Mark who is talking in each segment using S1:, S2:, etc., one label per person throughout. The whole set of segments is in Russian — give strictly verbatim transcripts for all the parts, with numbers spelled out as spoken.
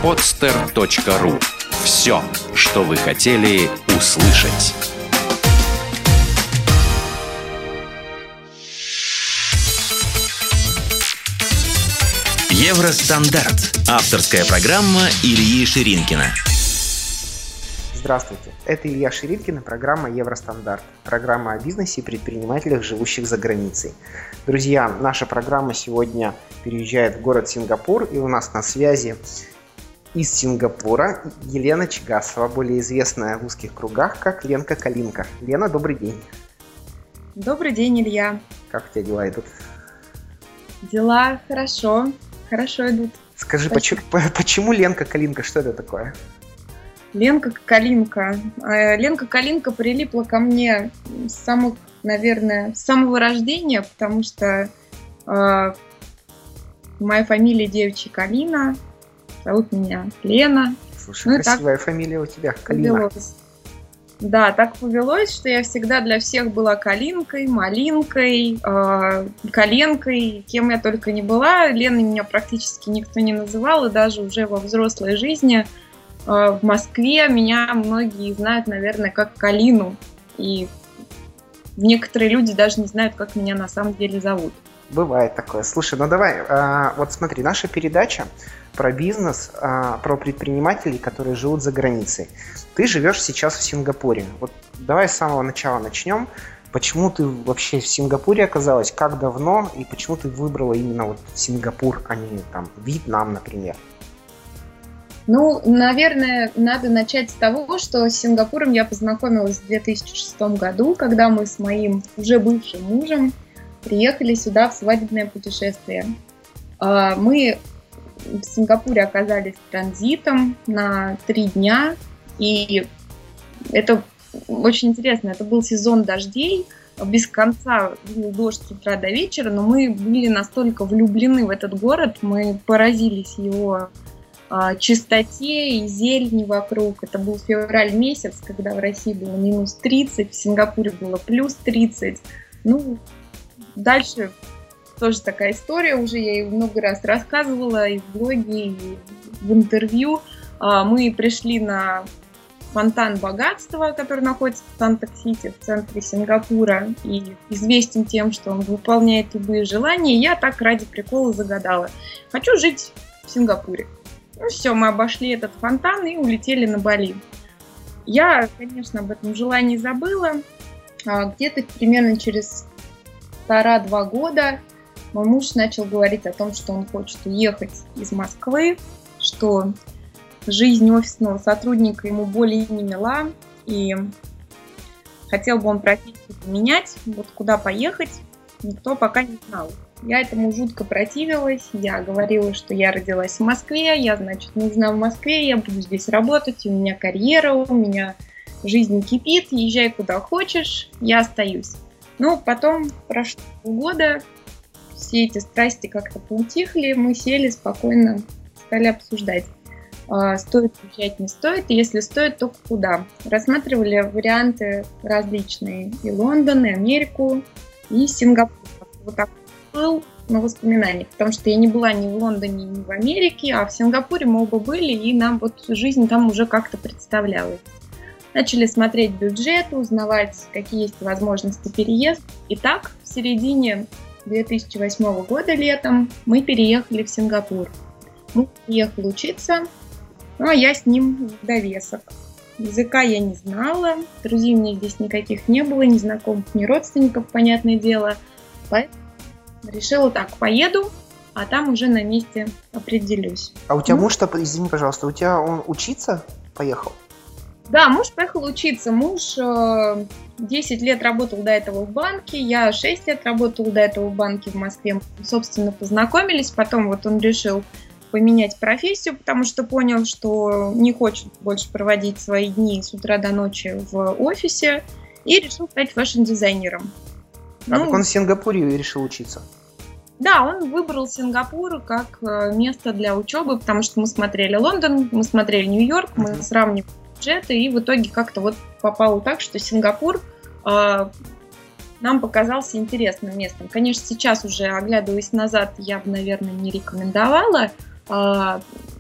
S1: подстер точка ру. Все, что вы хотели услышать. Евростандарт. Авторская программа Ильи Ширинкина.
S2: Здравствуйте, это Илья Ширинкин и программа Евростандарт. Программа о бизнесе и предпринимателях, живущих за границей. Друзья, наша программа сегодня переезжает в город Сингапур, и у нас на связи из Сингапура Елена Чигасова, более известная в узких кругах как Ленка Калинка. Лена, добрый день.
S3: Добрый день, Илья.
S2: Как у тебя дела идут?
S3: Дела хорошо, хорошо идут.
S2: Скажи, почему, почему Ленка Калинка, что это такое?
S3: Ленка Калинка. Ленка Калинка прилипла ко мне с самых, наверное, с самого рождения, потому что э, моя фамилия девичья Калина, зовут меня Лена.
S2: Слушай, ну, красивая фамилия у тебя, Калина.
S3: Повелось. Да, так повелось, что я всегда для всех была Калинкой, Малинкой, э, Коленкой, кем я только не была. Леной меня практически никто не называл, и даже уже во взрослой жизни в Москве меня многие знают, наверное, как Калину. И некоторые люди даже не знают, как меня на самом деле зовут.
S2: Бывает такое. Слушай, ну давай, а, вот смотри, наша передача про бизнес, а, про предпринимателей, которые живут за границей. Ты живешь сейчас в Сингапуре. Вот давай с самого начала начнем. Почему ты вообще в Сингапуре оказалась, как давно, и почему ты выбрала именно вот Сингапур, а не там Вьетнам, например?
S3: Ну, наверное, надо начать с того, что с Сингапуром я познакомилась в две тысячи шестом году, когда мы с моим уже бывшим мужем приехали сюда в свадебное путешествие. Мы в Сингапуре оказались транзитом на три дня, и это очень интересно. Это был сезон дождей, без конца был дождь с утра до вечера, но мы были настолько влюблены в этот город, мы поразились его чистоте и зелени вокруг. Это был февраль месяц, когда в России было минус тридцать, в Сингапуре было плюс тридцать. Ну, дальше тоже такая история, уже я ее много раз рассказывала и в блоге, и в интервью. Мы пришли на фонтан богатства, который находится в Сантак-Сити, в центре Сингапура, и известен тем, что он выполняет любые желания. Я так ради прикола загадала: хочу жить в Сингапуре. Ну все, мы обошли этот фонтан и улетели на Бали. Я, конечно, об этом желании забыла. Где-то примерно через полтора-два года мой муж начал говорить о том, что он хочет уехать из Москвы, что жизнь офисного сотрудника ему более не мила, и хотел бы он профессию поменять. Вот куда поехать, никто пока не знал. Я этому жутко противилась, я говорила, что я родилась в Москве, я, значит, нужна в Москве, я буду здесь работать, у меня карьера, у меня жизнь кипит, езжай куда хочешь, я остаюсь. Ну, потом прошло полгода, все эти страсти как-то поутихли, мы сели спокойно, стали обсуждать, стоит уезжать, не стоит, и если стоит, то куда. Рассматривали варианты различные, и Лондон, и Америку, и Сингапур. Вот так был на воспоминаниях, потому что я не была ни в Лондоне, ни в Америке, а в Сингапуре мы оба были, и нам вот жизнь там уже как-то представлялась. Начали смотреть бюджет, узнавать, какие есть возможности переезда. И так, в середине две тысячи восьмого года, летом, мы переехали в Сингапур. Мы приехали учиться, ну а я с ним в довесок. Языка я не знала, друзей у меня здесь никаких не было, ни знакомых, ни родственников, понятное дело. Поэтому решила так, поеду, а там уже на месте определюсь.
S2: А у тебя ну, муж-то, извини, пожалуйста, у тебя он учиться поехал?
S3: Да, муж поехал учиться. Муж э, десять лет работал до этого в банке, я шесть лет работала до этого в банке в Москве. Мы, собственно, познакомились, потом вот он решил поменять профессию, потому что понял, что не хочет больше проводить свои дни с утра до ночи в офисе, и решил стать фэшн-дизайнером.
S2: А
S3: ну,
S2: так он в Сингапуре решил учиться?
S3: Да, он выбрал Сингапур как место для учебы, потому что мы смотрели Лондон, мы смотрели Нью-Йорк, мы uh-huh. сравнивали бюджеты, и в итоге как-то вот попало так, что Сингапур э, нам показался интересным местом. Конечно, сейчас уже, оглядываясь назад, я бы, наверное, не рекомендовала. Э,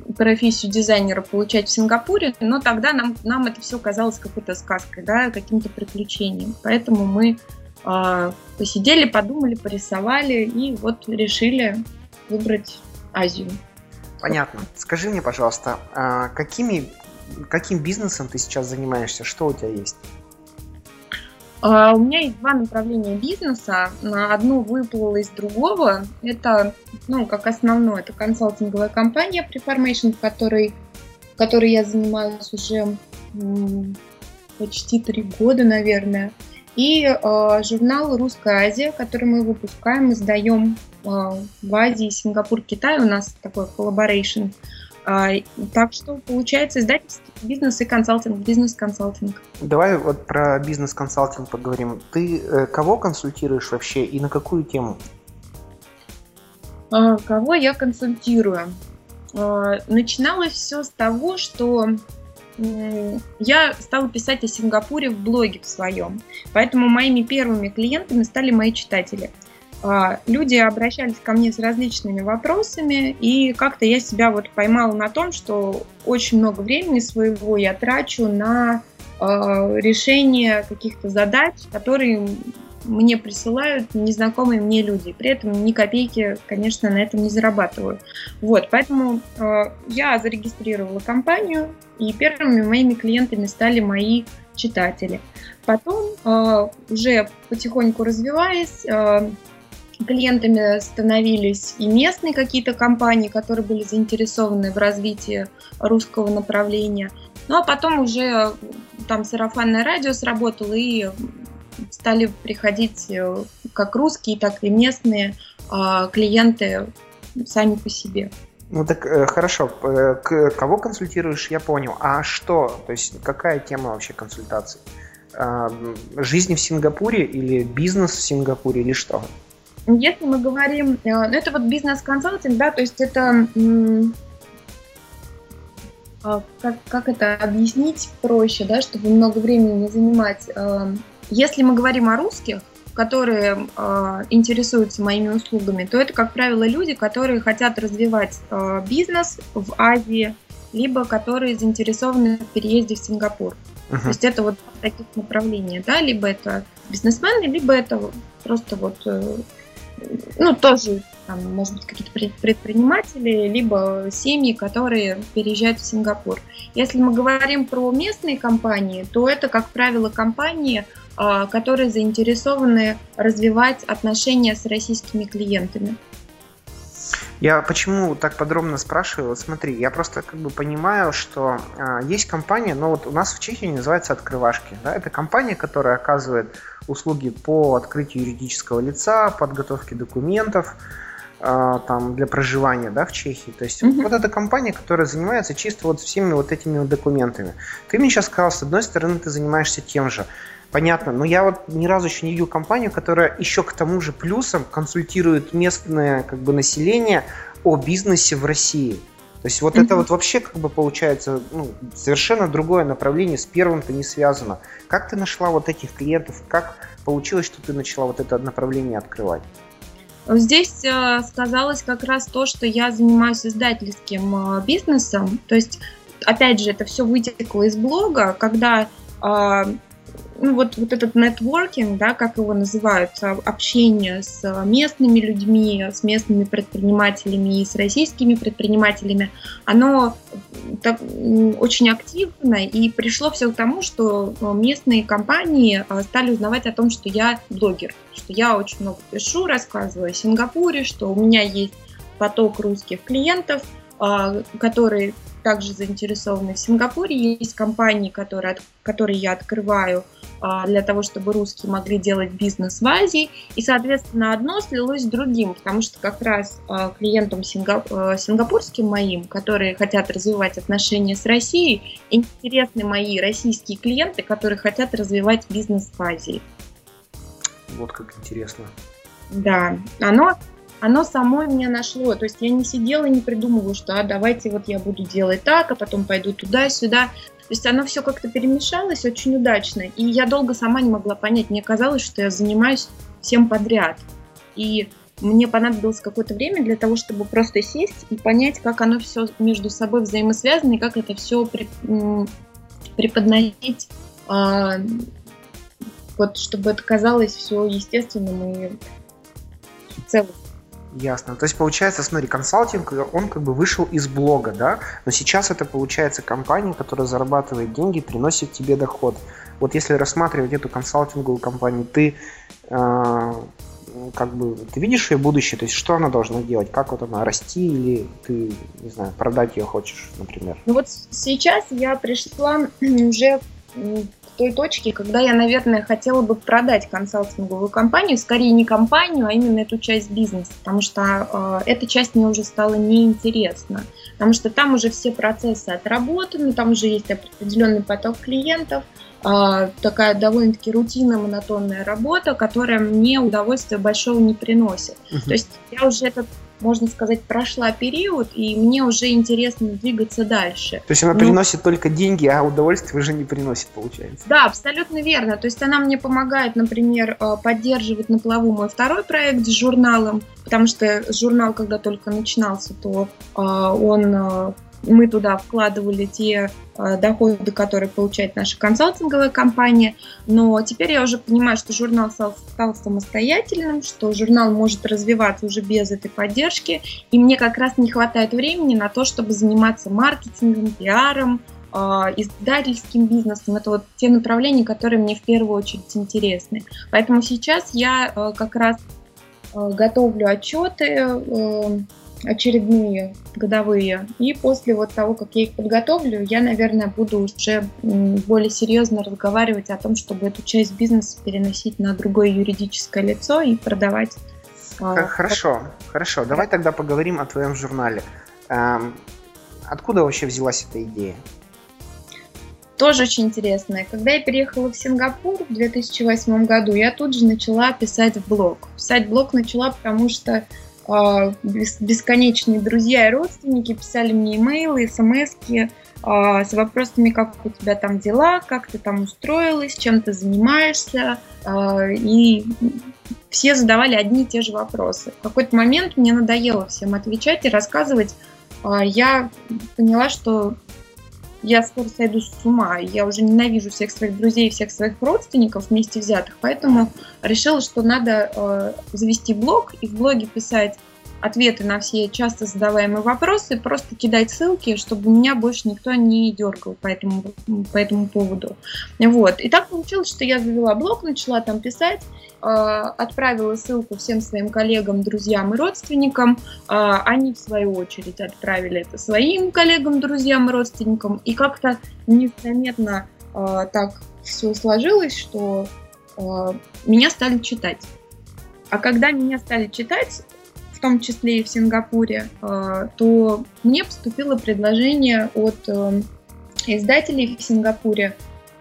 S3: профессию дизайнера получать в Сингапуре, но тогда нам, нам это все казалось какой-то сказкой, да, каким-то приключением. Поэтому мы э, посидели, подумали, порисовали и вот решили выбрать Азию.
S2: Понятно. Скажи мне, пожалуйста, а какими, каким бизнесом ты сейчас занимаешься? Что у тебя есть?
S3: Uh, у меня есть два направления бизнеса. Одно выплыло из другого. Это, ну, как основное, это консалтинговая компания Preformation, в которой, в которой я занимаюсь уже м, почти три года, наверное. И uh, журнал «Русская Азия», который мы выпускаем, издаем uh, в Азии, Сингапур, Китай. У нас такой collaboration. Uh, так что получается издательский бизнес и консалтинг, бизнес-консалтинг.
S2: Давай вот про бизнес-консалтинг поговорим. Ты э, кого консультируешь вообще и на какую тему?
S3: Uh, кого я консультирую? Uh, начиналось все с того, что uh, я стала писать о Сингапуре в блоге в своем. Поэтому моими первыми клиентами стали мои читатели. Люди обращались ко мне с различными вопросами, и как-то я себя вот поймала на том, что очень много времени своего я трачу на э, решение каких-то задач, которые мне присылают незнакомые мне люди. При этом ни копейки, конечно, на этом не зарабатываю. Вот, поэтому э, я зарегистрировала компанию, и первыми моими клиентами стали мои читатели. Потом, э, уже потихоньку развиваясь, э, клиентами становились и местные какие-то компании, которые были заинтересованы в развитии русского направления. Ну а потом уже там сарафанное радио сработало, и стали приходить как русские, так и местные клиенты сами по себе.
S2: Ну так хорошо, К- кого консультируешь, я понял. А что? То есть какая тема вообще консультаций? Жизнь в Сингапуре или бизнес в Сингапуре или что?
S3: Если мы говорим, это вот бизнес-консалтинг, да, то есть это, как, как это объяснить проще, да, чтобы много времени не занимать. Если мы говорим о русских, которые интересуются моими услугами, то это, как правило, люди, которые хотят развивать бизнес в Азии, либо которые заинтересованы в переезде в Сингапур. Uh-huh. То есть это вот таких направлений, да, либо это бизнесмены, либо это просто вот, ну, тоже, там, может быть, какие-то предприниматели, либо семьи, которые переезжают в Сингапур. Если мы говорим про местные компании, то это, как правило, компании, которые заинтересованы развивать отношения с российскими клиентами.
S2: Я почему так подробно спрашиваю? Вот смотри, я просто как бы понимаю, что э, есть компания, но вот у нас в Чехии называется «Открывашки». Да? Это компания, которая оказывает услуги по открытию юридического лица, подготовке документов э, там, для проживания, да, в Чехии. То есть mm-hmm. вот эта компания, которая занимается чисто вот всеми вот этими вот документами. Ты мне сейчас сказал, с одной стороны, ты занимаешься тем же. Понятно, но я вот ни разу еще не видел компанию, которая еще к тому же плюсом консультирует местное как бы население о бизнесе в России. То есть вот mm-hmm. это вот вообще как бы получается, ну, совершенно другое направление, с первым-то не связано. Как ты нашла вот этих клиентов? Как получилось, что ты начала вот это направление открывать?
S3: Здесь э, сказалось как раз то, что я занимаюсь издательским э, бизнесом. То есть, опять же, это все вытекло из блога, когда... Э, Ну, вот, вот этот нетворкинг, да, как его называют, общение с местными людьми, с местными предпринимателями и с российскими предпринимателями, оно так, очень активно, и пришло все к тому, что местные компании стали узнавать о том, что я блогер, что я очень много пишу, рассказываю о Сингапуре, что у меня есть поток русских клиентов, которые также заинтересованы в Сингапуре. Есть компании, которые, которые я открываю для того, чтобы русские могли делать бизнес в Азии. И, соответственно, одно слилось с другим, потому что как раз клиентам сингап... сингапурским моим, которые хотят развивать отношения с Россией, интересны мои российские клиенты, которые хотят развивать бизнес в Азии.
S2: Вот как интересно.
S3: Да, оно... Оно само меня нашло, то есть я не сидела и не придумывала, что а, давайте вот я буду делать так, а потом пойду туда-сюда. То есть оно все как-то перемешалось очень удачно, и я долго сама не могла понять, мне казалось, что я занимаюсь всем подряд. И мне понадобилось какое-то время для того, чтобы просто сесть и понять, как оно все между собой взаимосвязано и как это все преподносить, а, вот, чтобы это казалось все естественным и целым.
S2: Ясно. То есть, получается, смотри, консалтинг, он как бы вышел из блога, да? Но сейчас это, получается, компания, которая зарабатывает деньги, приносит тебе доход. Вот если рассматривать эту консалтинговую компанию, ты э, как бы, ты видишь ее будущее? То есть, что она должна делать? Как вот она расти или ты, не знаю, продать ее хочешь, например?
S3: Ну вот сейчас я пришла уже к той точке, когда я, наверное, хотела бы продать консалтинговую компанию, скорее не компанию, а именно эту часть бизнеса, потому что э, эта часть мне уже стала неинтересна, потому что там уже все процессы отработаны, там уже есть определенный поток клиентов, э, такая довольно-таки рутинная, монотонная работа, которая мне удовольствия большого не приносит. Uh-huh. То есть я уже этот, можно сказать, прошла период, и мне уже интересно двигаться дальше.
S2: То есть она ну, приносит только деньги, а удовольствие уже не приносит, получается?
S3: Да, абсолютно верно. То есть она мне помогает, например, поддерживать на плаву мой второй проект с журналом, потому что журнал, когда только начинался, то он... мы туда вкладывали те э, доходы, которые получает наша консалтинговая компания, но теперь я уже понимаю, что журнал стал, стал самостоятельным, что журнал может развиваться уже без этой поддержки, и мне как раз не хватает времени на то, чтобы заниматься маркетингом, пиаром, э, издательским бизнесом. Это вот те направления, которые мне в первую очередь интересны. Поэтому сейчас я э, как раз э, готовлю отчеты, э, очередные годовые, и после вот того, как я их подготовлю, я, наверное, буду уже более серьезно разговаривать о том, чтобы эту часть бизнеса переносить на другое юридическое лицо и продавать.
S2: Хорошо, хорошо. Давай тогда поговорим о твоем журнале. Откуда вообще взялась эта идея?
S3: Тоже очень интересная. Когда я переехала в Сингапур в две тысячи восьмом году, я тут же начала писать в блог. Писать в блог начала, потому что бесконечные друзья и родственники писали мне имейлы, смски с вопросами, как у тебя там дела, как ты там устроилась, чем ты занимаешься, и все задавали одни и те же вопросы. В какой-то момент мне надоело всем отвечать и рассказывать. Я поняла, что я скоро сойду с ума, я уже ненавижу всех своих друзей, всех своих родственников вместе взятых, поэтому решила, что надо э, завести блог и в блоге писать ответы на все часто задаваемые вопросы, просто кидать ссылки, чтобы меня больше никто не дергал по этому, по этому поводу. Вот. И так получилось, что я завела блог, начала там писать, э, отправила ссылку всем своим коллегам, друзьям и родственникам. Э, они, в свою очередь, отправили это своим коллегам, друзьям и родственникам. И как-то незаметно э, так все сложилось, что э, меня стали читать. А когда меня стали читать, в том числе и в Сингапуре, то мне поступило предложение от издателей в Сингапуре,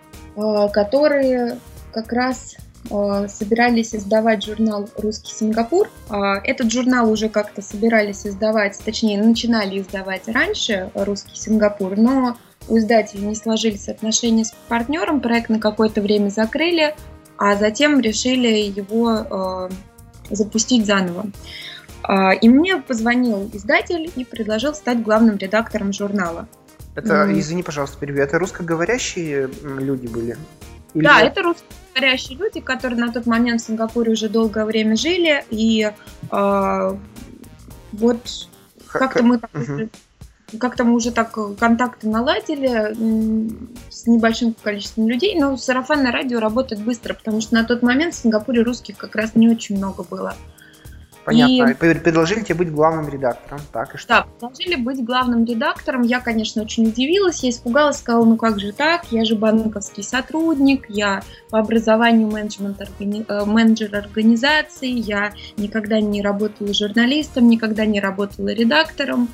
S3: которые как раз собирались издавать журнал «Русский Сингапур». Этот журнал уже как-то собирались издавать, точнее, начинали издавать раньше «Русский Сингапур», но у издателей не сложились отношения с партнером, проект на какое-то время закрыли, а затем решили его запустить заново. И мне позвонил издатель и предложил стать главным редактором журнала.
S2: Это, mm. извини, пожалуйста, перебью, это русскоговорящие люди были?
S3: Или... Да, это русскоговорящие люди, которые на тот момент в Сингапуре уже долгое время жили, и э, вот Х- как-то мы так uh-huh. как-то мы уже так контакты наладили с небольшим количеством людей, но сарафанное радио работает быстро, потому что на тот момент в Сингапуре русских как раз не очень много было.
S2: Понятно. И... Предложили тебе быть главным редактором, так и что?
S3: Да, предложили быть главным редактором. Я, конечно, очень удивилась, я испугалась, сказала, ну как же так, я же банковский сотрудник, я по образованию менеджмент, органи... менеджер организации, я никогда не работала журналистом, никогда не работала редактором,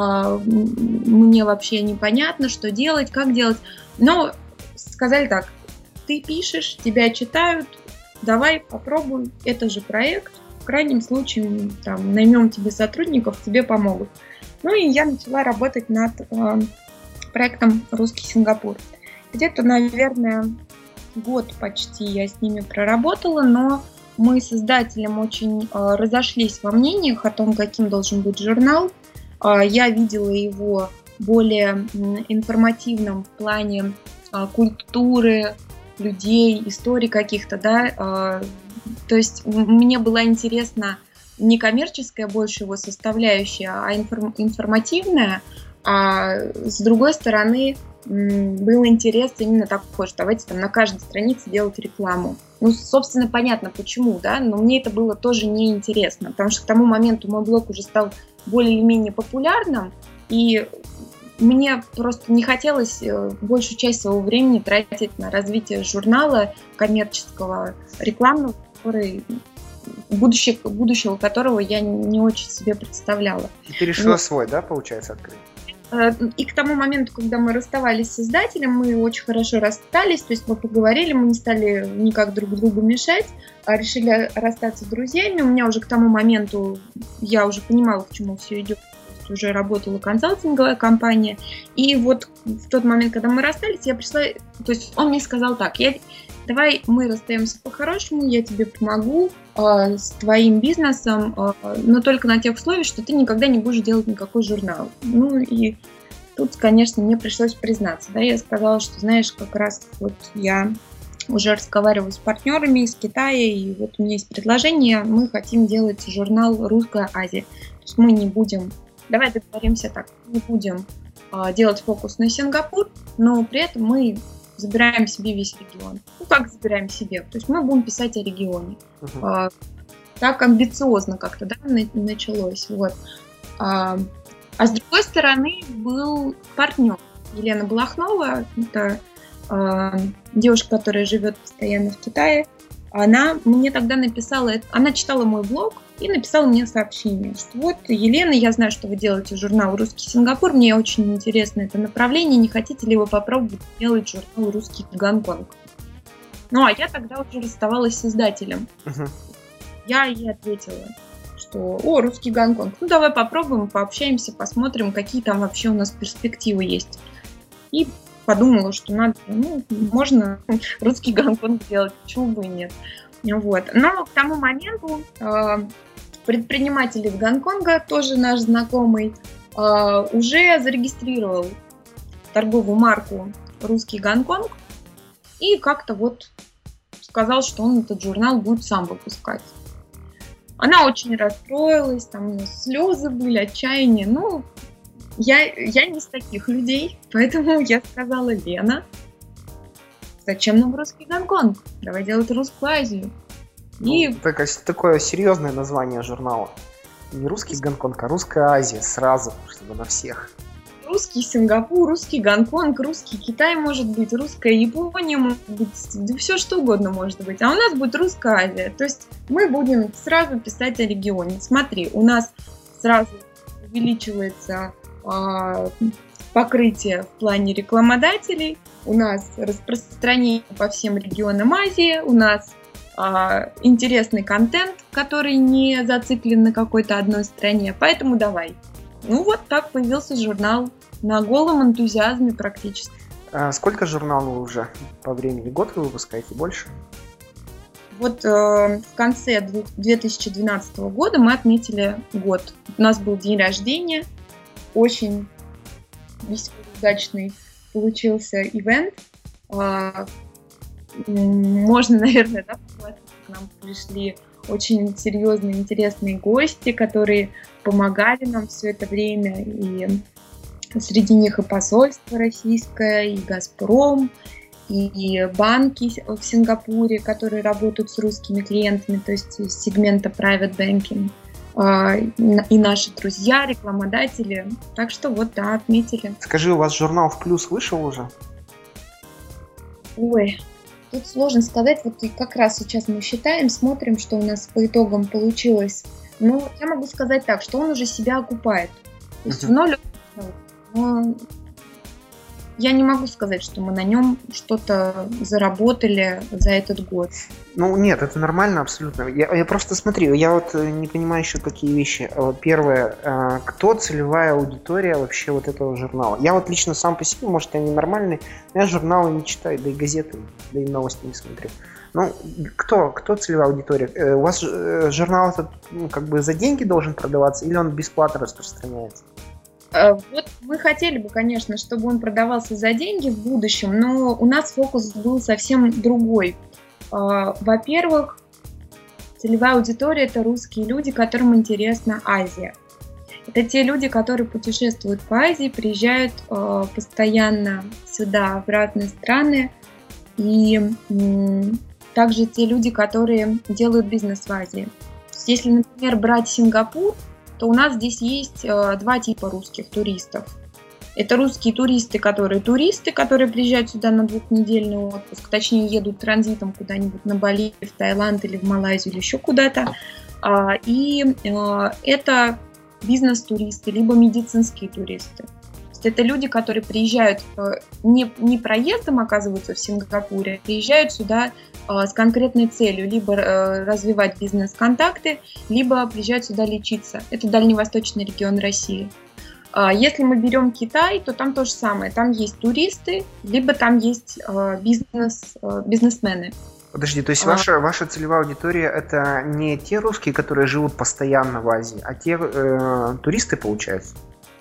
S3: мне вообще непонятно, что делать, как делать. Но сказали так, ты пишешь, тебя читают, давай попробуй, это же проект. В крайнем случае, там, наймем тебе сотрудников, тебе помогут. Ну и я начала работать над э, проектом «Русский Сингапур». Где-то, наверное, год почти я с ними проработала, но мы с издателем очень э, разошлись во мнениях о том, каким должен быть журнал. Э, я видела его более э, информативным в плане э, культуры, людей, историй каких-то, да. Э, то есть мне была интересна не коммерческая больше его составляющая, а информ- информативная. А с другой стороны, был интерес именно такой, что давайте там на каждой странице делать рекламу. Ну, собственно, понятно почему, да, но мне это было тоже неинтересно, потому что к тому моменту мой блог уже стал более или менее популярным, и мне просто не хотелось большую часть своего времени тратить на развитие журнала коммерческого, рекламного, который, будущее, будущего которого я не очень себе представляла.
S2: И ты решила вот свой, да, получается, открыть?
S3: И к тому моменту, когда мы расставались с издателем, мы очень хорошо расстались, то есть мы поговорили, мы не стали никак друг другу мешать, а решили расстаться с друзьями. У меня уже к тому моменту, я уже понимала, к чему все идет, уже работала консалтинговая компания. И вот в тот момент, когда мы расстались, я пришла, то есть он мне сказал так: я, давай мы расстаемся по-хорошему, я тебе помогу э, с твоим бизнесом, э, но только на тех условиях, что ты никогда не будешь делать никакой журнал. Ну и тут, конечно, мне пришлось признаться, да, я сказала, что, знаешь, как раз вот я уже разговариваю с партнерами из Китая, и вот у меня есть предложение, мы хотим делать журнал «Русская Азия». То есть мы не будем, давай договоримся так, не будем э, делать фокус на Сингапур, но при этом мы забираем себе весь регион. Ну, как забираем себе? То есть мы будем писать о регионе. Uh-huh. А, так амбициозно как-то, да, началось. Вот. А, а с другой стороны был партнер Елена Балахнова, это а, девушка, которая живет постоянно в Китае. Она мне тогда написала, она читала мой блог и написала мне сообщение, что вот, Елена, я знаю, что вы делаете журнал «Русский Сингапур», мне очень интересно это направление, не хотите ли вы попробовать сделать журнал «Русский Гонконг»? Ну, а я тогда уже расставалась с издателем. Uh-huh. Я ей ответила, что «О, «Русский Гонконг», ну, давай попробуем, пообщаемся, посмотрим, какие там вообще у нас перспективы есть. И подумала, что надо, ну, можно «Русский Гонконг» делать, почему бы и нет. Вот. Но к тому моменту э, предприниматель из Гонконга, тоже наш знакомый, э, уже зарегистрировал торговую марку «Русский Гонконг» и как-то вот сказал, что он этот журнал будет сам выпускать. Она очень расстроилась, там у нас слезы были, отчаяние. Ну, я, я не из таких людей, поэтому я сказала: Лена, зачем нам «Русский Гонконг»? Давай делать «Русскую Азию». И...
S2: Ну, так, такое серьезное название журнала. Не «Русский Гонконг», а «Русская Азия» сразу, чтобы на всех.
S3: Русский Сингапур, русский Гонконг, русский Китай может быть, русская Япония может быть, да все что угодно может быть. А у нас будет «Русская Азия». То есть мы будем сразу писать о регионе. Смотри, у нас сразу увеличивается э, покрытие в плане рекламодателей, у нас распространение по всем регионам Азии, у нас а, интересный контент, который не зациклен на какой-то одной стране, поэтому давай. Ну вот так появился журнал на голом энтузиазме практически.
S2: А сколько журналов уже по времени? Год вы выпускаете, больше?
S3: Вот э, в конце две тысячи двенадцатого года мы отметили год. У нас был день рождения, очень веселый, удачный получился ивент. Можно, наверное, да, к нам пришли очень серьезные, интересные гости, которые помогали нам все это время. И среди них и посольство российское, и «Газпром», и банки в Сингапуре, которые работают с русскими клиентами, то есть из сегмента private banking. И наши друзья, рекламодатели. Так что вот, да, отметили.
S2: Скажи, у вас журнал в плюс вышел уже?
S3: Ой, тут сложно сказать. Вот и как раз сейчас мы считаем, смотрим, что у нас по итогам получилось. Ну, я могу сказать так, что он уже себя окупает. То есть uh-huh. в ноль. Но я не могу сказать, что мы на нем что-то заработали за этот год.
S2: Ну, нет, это нормально абсолютно. Я, я просто смотрю, я вот не понимаю еще такие вещи. Первое, кто целевая аудитория вообще вот этого журнала? Я вот лично сам по себе, может, я ненормальный, но я журналы не читаю, да и газеты, да и новости не смотрю. Ну, кто, кто целевая аудитория? Э, у вас э, журнал этот ну, как бы за деньги должен продаваться или он бесплатно распространяется?
S3: Вот мы хотели бы, конечно, чтобы он продавался за деньги в будущем, но у нас фокус был совсем другой. Во-первых, целевая аудитория – это русские люди, которым интересна Азия. Это те люди, которые путешествуют по Азии, приезжают постоянно сюда, в разные страны, и также те люди, которые делают бизнес в Азии. Если, например, брать Сингапур, то у нас здесь есть э, два типа русских туристов. Это русские туристы, которые туристы, которые приезжают сюда на двухнедельный отпуск, точнее едут транзитом куда-нибудь на Бали, в Таиланд или в Малайзию или еще куда-то. А, и э, это бизнес-туристы, либо медицинские туристы. То есть это люди, которые приезжают э, не, не проездом, оказываются в Сингапуре, а приезжают сюда с конкретной целью, либо э, развивать бизнес-контакты, либо приезжать сюда лечиться. Это дальневосточный регион России. А если мы берем Китай, то там то же самое. Там есть туристы, либо там есть э, бизнес, э, бизнесмены.
S2: Подожди, то есть а... ваша, ваша целевая аудитория это не те русские, которые живут постоянно в Азии, а те э, туристы, получается?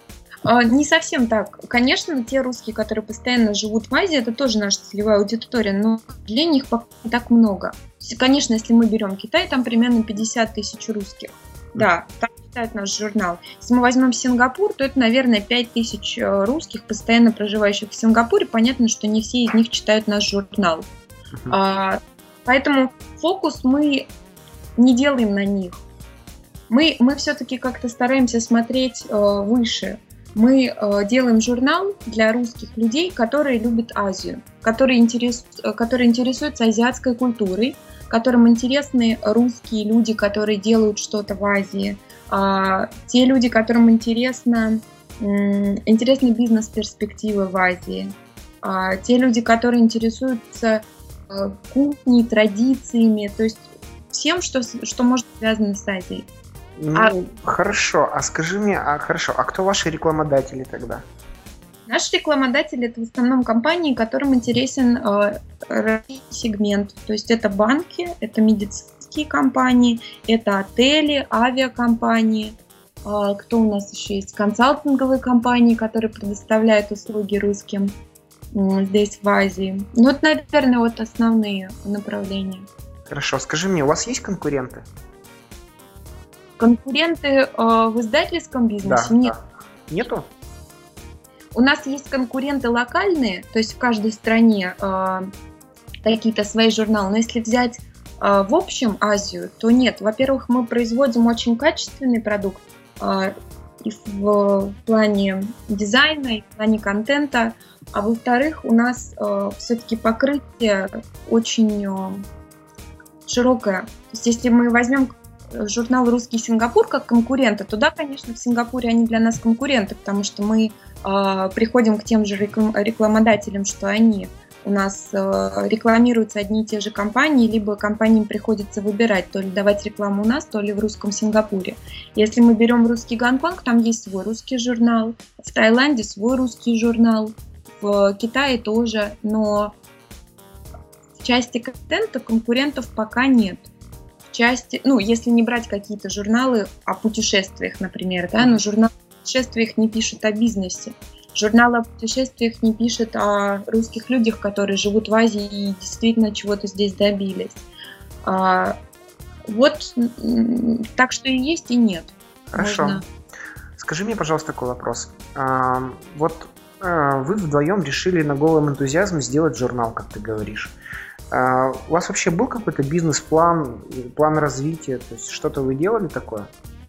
S3: Не совсем так. Конечно, те русские, которые постоянно живут в Азии, это тоже наша целевая аудитория, но для них пока не так много. Конечно, если мы берем Китай, там примерно пятьдесят тысяч русских. Да, там читают наш журнал. Если мы возьмем Сингапур, то это, наверное, пять тысяч русских, постоянно проживающих в Сингапуре. Понятно, что не все из них читают наш журнал. Uh-huh. А, поэтому фокус мы не делаем на них. Мы, мы все-таки как-то стараемся смотреть э, выше. Мы э, делаем журнал для русских людей, которые любят Азию, которые, интерес, которые интересуются азиатской культурой, которым интересны русские люди, которые делают что-то в Азии, э, те люди, которым интересно, э, интересны бизнес-перспективы в Азии, э, те люди, которые интересуются э, кухней, традициями, то есть всем, что, что может быть связано с Азией.
S2: Ну, а... хорошо, а скажи мне, а хорошо, а кто ваши рекламодатели тогда?
S3: Наши рекламодатели — это в основном компании, которым интересен э, сегмент. То есть это банки, это медицинские компании, это отели, авиакомпании. Э, кто у нас еще есть? Консалтинговые компании, которые предоставляют услуги русским э, здесь, в Азии. Ну, это, наверное, вот основные направления.
S2: Хорошо, скажи мне, у вас есть конкуренты?
S3: Конкуренты э, в издательском бизнесе?
S2: Да,
S3: нет.
S2: Да. Нету?
S3: У нас есть конкуренты локальные, то есть в каждой стране э, какие-то свои журналы. Но если взять э, в общем Азию, то нет. Во-первых, мы производим очень качественный продукт э, и в, в плане дизайна, и в плане контента. А во-вторых, у нас э, все-таки покрытие очень э, широкое. То есть если мы возьмем журнал «Русский Сингапур» как конкурента, то да, конечно, в Сингапуре они для нас конкуренты, потому что мы э, приходим к тем же реклам- рекламодателям, что они. У нас э, рекламируются одни и те же компании, либо компаниям приходится выбирать, то ли давать рекламу у нас, то ли в русском Сингапуре. Если мы берем русский Гонконг, там есть свой русский журнал, в Таиланде свой русский журнал, в Китае тоже, но в части контента конкурентов пока нет. Части, ну, если не брать какие-то журналы о путешествиях, например, да, но журнал о путешествиях не пишет о бизнесе. Журнал о путешествиях не пишет о русских людях, которые живут в Азии и действительно чего-то здесь добились. А, вот так что и есть, и нет.
S2: Хорошо. Можно... Скажи мне, пожалуйста, такой вопрос. А, вот а, вы вдвоем решили на голом энтузиазме сделать журнал, как ты говоришь. Uh, у вас вообще был какой-то бизнес-план, план развития? То есть что-то вы делали такое?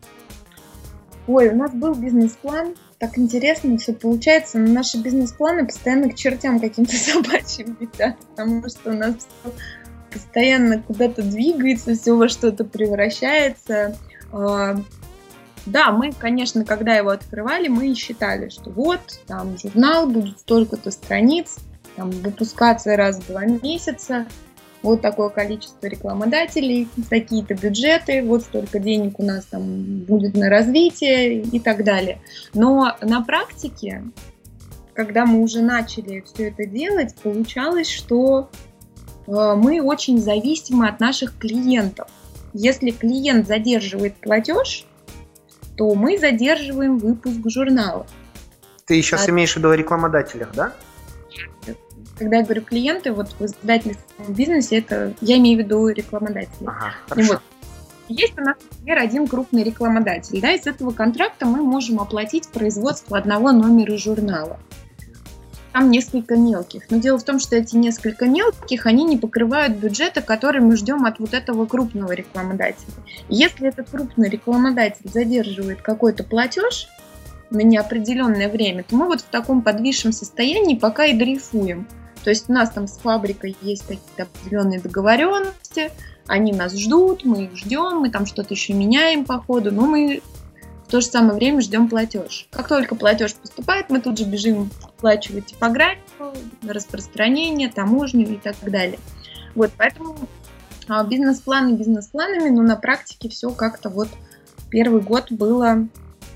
S3: Ой, у нас был бизнес-план. Так интересно все получается, но наши бизнес-планы постоянно к чертям каким-то собачьим летят, потому что у нас все постоянно куда-то двигается, все во что-то превращается. Uh, да, мы, конечно, когда его открывали, мы считали, что вот, там журнал, будут столько-то страниц, там, выпускаться раз в два месяца, вот такое количество рекламодателей, такие-то бюджеты, вот столько денег у нас там будет на развитие и так далее. Но на практике, когда мы уже начали все это делать, получалось, что мы очень зависимы от наших клиентов. Если клиент задерживает платеж, то мы задерживаем выпуск журнала.
S2: Ты сейчас а... имеешь в виду о рекламодателях, да?
S3: Когда я говорю клиенты, вот в издательском бизнесе, это я имею в виду рекламодателей.
S2: Ага, хорошо.
S3: Вот. Есть у нас, например, один крупный рекламодатель. Да, из этого контракта мы можем оплатить производство одного номера журнала. Там несколько мелких. Но дело в том, что эти несколько мелких, они не покрывают бюджета, который мы ждем от вот этого крупного рекламодателя. Если этот крупный рекламодатель задерживает какой-то платеж на неопределенное время, то мы вот в таком подвисшем состоянии пока и дрейфуем. То есть у нас там с фабрикой есть какие-то определенные договоренности, они нас ждут, мы их ждем, мы там что-то еще меняем по ходу, но мы в то же самое время ждем платеж. Как только платеж поступает, мы тут же бежим оплачивать типографию, распространение, таможню и так далее. Вот, поэтому бизнес-планы бизнес-планами, но на практике все как-то вот первый год было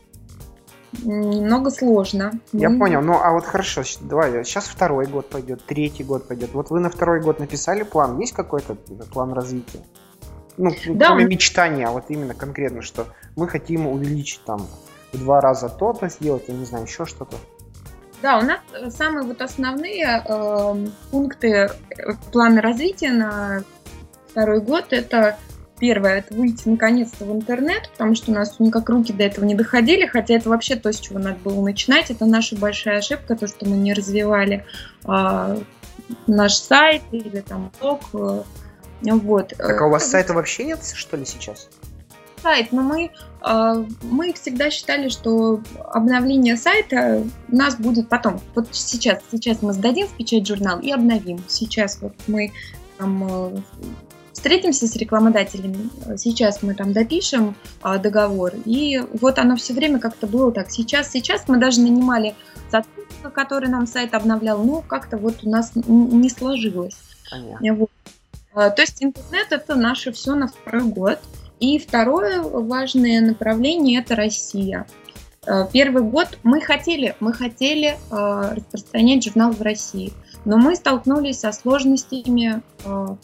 S3: немного сложно.
S2: Я
S3: мы...
S2: понял, ну а вот хорошо, давай, сейчас второй год пойдет, третий год пойдет. Вот вы на второй год написали план, есть какой-то план развития? Ну,
S3: да,
S2: кроме
S3: он...
S2: мечтания, а вот именно конкретно, что мы хотим увеличить там в два раза то-то сделать, я не знаю, еще что-то.
S3: Да, у нас самые вот основные э, пункты плана развития на второй год — это первое, это выйти наконец-то в интернет, потому что у нас никак руки до этого не доходили, хотя это вообще то, с чего надо было начинать. Это наша большая ошибка, то, что мы не развивали э, наш сайт или там блог. Э, вот.
S2: Так, а у вас сайта вообще нет, что ли, сейчас?
S3: Сайт, но мы, э, мы всегда считали, что обновление сайта у нас будет потом. Вот сейчас, сейчас мы сдадим в печать журнал и обновим. Сейчас вот мы там... Э, встретимся с рекламодателями, сейчас мы там допишем а, договор, и вот оно все время как-то было так. Сейчас, сейчас мы даже нанимали сотрудника, который нам сайт обновлял, но как-то вот у нас не сложилось. Вот. А, то есть интернет — это наше все на второй год. И второе важное направление — это Россия. А, первый год мы хотели, мы хотели а, распространять журнал в России, но мы столкнулись со сложностями а,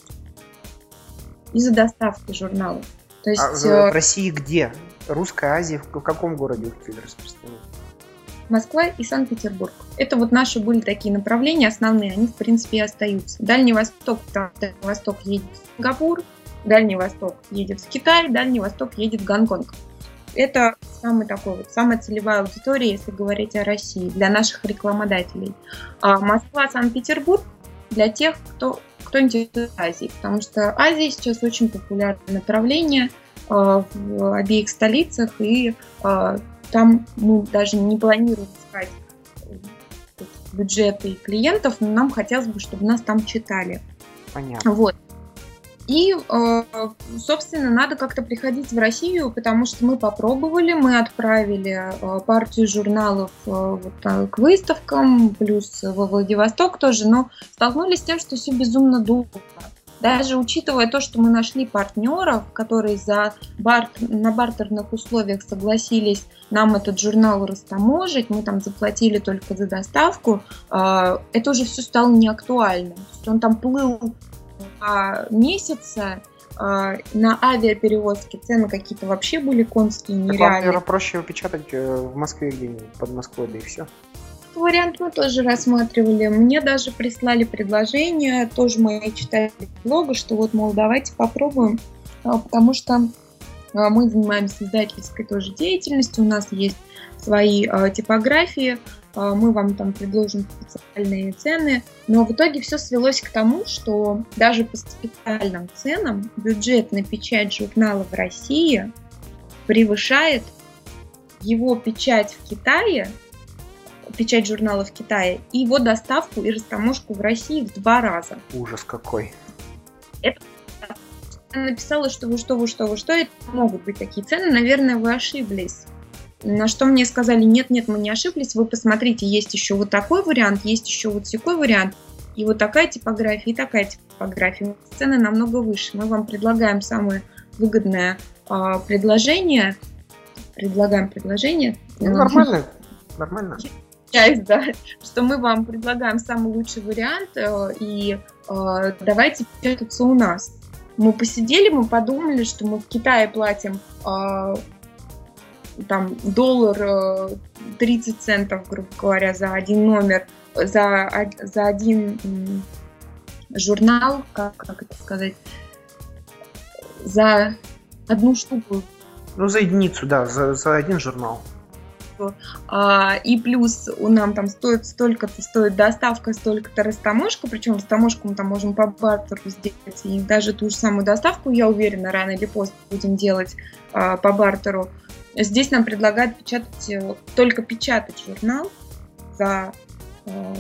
S3: из-за доставки журналов. То есть,
S2: а в России где? Русская Азия? В каком городе вы хотели распространять?
S3: Москва и Санкт-Петербург. Это вот наши были такие направления основные, они в принципе и остаются. Дальний Восток, там, Дальний Восток едет в Сингапур, Дальний Восток едет в Китай, Дальний Восток едет в Гонконг. Это самый такой вот, самая целевая аудитория, если говорить о России, для наших рекламодателей. А Москва, Санкт-Петербург для тех, кто кто интересуется Азией, потому что Азия сейчас очень популярное направление э, в обеих столицах, и э, там мы даже не планируем искать бюджеты и клиентов, но нам хотелось бы, чтобы нас там читали.
S2: Понятно.
S3: Вот. И, э, собственно, надо как-то приходить в Россию, потому что мы попробовали, мы отправили э, партию журналов э, вот, э, к выставкам, плюс во Владивосток тоже, но столкнулись с тем, что все безумно дорого. Даже учитывая то, что мы нашли партнеров, которые за бар... на бартерных условиях согласились нам этот журнал растаможить, мы там заплатили только за доставку, э, это уже все стало неактуальным. То есть он там плыл месяца, э, на авиаперевозки цены какие-то вообще были конские, нереальные. Так вам,
S2: наверное, проще его печатать в Москве где-нибудь, под Москвой, да и все.
S3: Вариант мы тоже рассматривали. Мне даже прислали предложение, тоже мои читатели блога, что вот, мол, давайте попробуем, потому что мы занимаемся издательской тоже деятельностью, у нас есть свои э, типографии, мы вам там предложим специальные цены, но в итоге все свелось к тому, что даже по специальным ценам бюджет на печать журнала в России превышает его печать в Китае, печать журнала в Китае, и его доставку и растаможку в России в два раза.
S2: Ужас какой.
S3: Это написала, что вы, что вы, что вы, что это могут быть такие цены, наверное, вы ошиблись. На что мне сказали, нет-нет, мы не ошиблись, вы посмотрите, есть еще вот такой вариант, есть еще вот такой вариант, и вот такая типография, и такая типография. Цены намного выше. Мы вам предлагаем самое выгодное а, предложение. Предлагаем предложение.
S2: Ну, нормально, нормально.
S3: часть, да, что мы вам предлагаем самый лучший вариант, э, и э, давайте печататься у нас. Мы посидели, мы подумали, что мы в Китае платим э, там доллар э, тридцать центов, грубо говоря, за один номер, за, за один м, журнал, как, как это сказать, за одну штуку.
S2: Ну, за единицу, да, за, за один журнал.
S3: А, и плюс у нам там стоит столько-то, стоит доставка, столько-то растаможка, причем растаможку мы там можем по бартеру сделать, и даже ту же самую доставку, я уверена, рано или поздно будем делать а, по бартеру. Здесь нам предлагают печатать, только печатать журнал за а,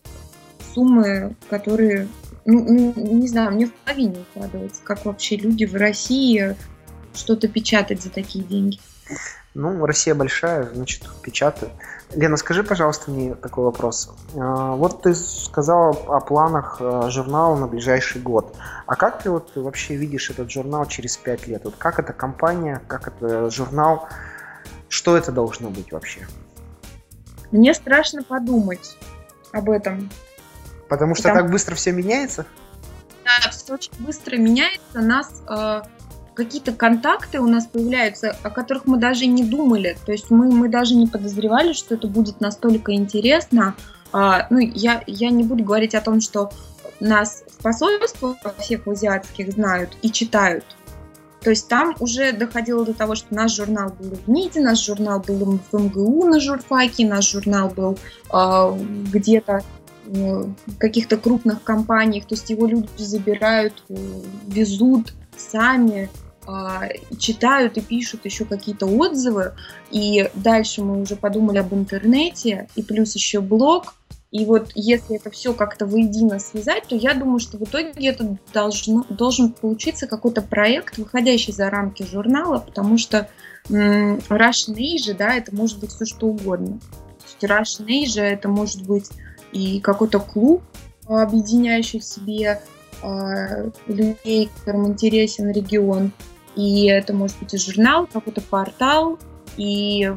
S3: суммы, которые, ну, ну, не знаю, мне в половине укладывается, как вообще люди в России что-то печатать за такие деньги.
S2: Ну, Россия большая, значит, печатают. Лена, скажи, пожалуйста, мне такой вопрос. Вот ты сказала о планах журнала на ближайший год. А как ты вот вообще видишь этот журнал через пять лет? Вот как эта компания, как это журнал, что это должно быть вообще?
S3: Мне страшно подумать об этом.
S2: Потому что Потому... так быстро все меняется?
S3: Да, все очень быстро меняется. Нас... Какие-то контакты у нас появляются, о которых мы даже не думали. То есть мы, мы даже не подозревали, что это будет настолько интересно. А, ну, я, я не буду говорить о том, что нас в посольствах всех азиатских знают и читают. То есть там уже доходило до того, что наш журнал был в МИДе, наш журнал был в МГУ на журфаке, наш журнал был а, где-то в каких-то крупных компаниях. То есть его люди забирают, везут сами, читают и пишут еще какие-то отзывы, и дальше мы уже подумали об интернете, и плюс еще блог, и вот если это все как-то воедино связать, то я думаю, что в итоге это должно, должен получиться какой-то проект, выходящий за рамки журнала, потому что м- Russian Asia, да, это может быть все что угодно. То есть Russian Asia это может быть и какой-то клуб, объединяющий в себе э, людей, которым интересен регион. И это может быть и журнал, какой-то портал, и,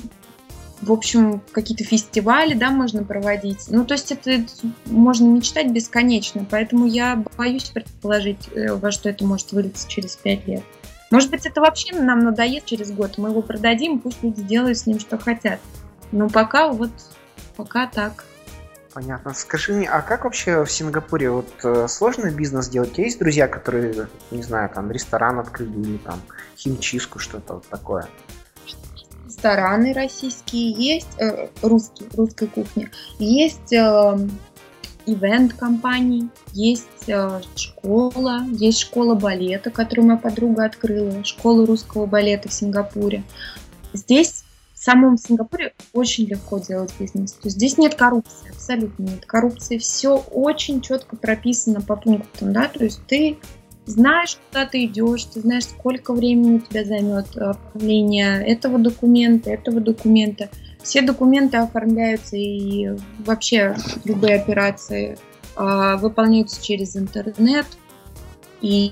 S3: в общем, какие-то фестивали, да, можно проводить. Ну, то есть это можно мечтать бесконечно, поэтому я боюсь предположить, во что это может вылиться через пять лет. Может быть, это вообще нам надоест через год, мы его продадим, пусть люди делают с ним, что хотят. Но пока вот, пока так.
S2: Понятно. Скажи мне, а как вообще в Сингапуре вот сложно бизнес делать? Есть друзья, которые, не знаю, там ресторан открыли или там химчистку, что-то вот такое?
S3: Рестораны российские есть, э, русские, русской кухни. Есть э, ивент-компании, есть э, школа, есть школа балета, которую моя подруга открыла, школа русского балета в Сингапуре. Здесь в самом Сингапуре очень легко делать бизнес. То есть здесь нет коррупции, абсолютно нет коррупции. Все очень четко прописано по пунктам, да, то есть ты знаешь, куда ты идешь, ты знаешь, сколько времени у тебя займет оформление этого документа, этого документа. Все документы оформляются и вообще любые операции э, выполняются через интернет. И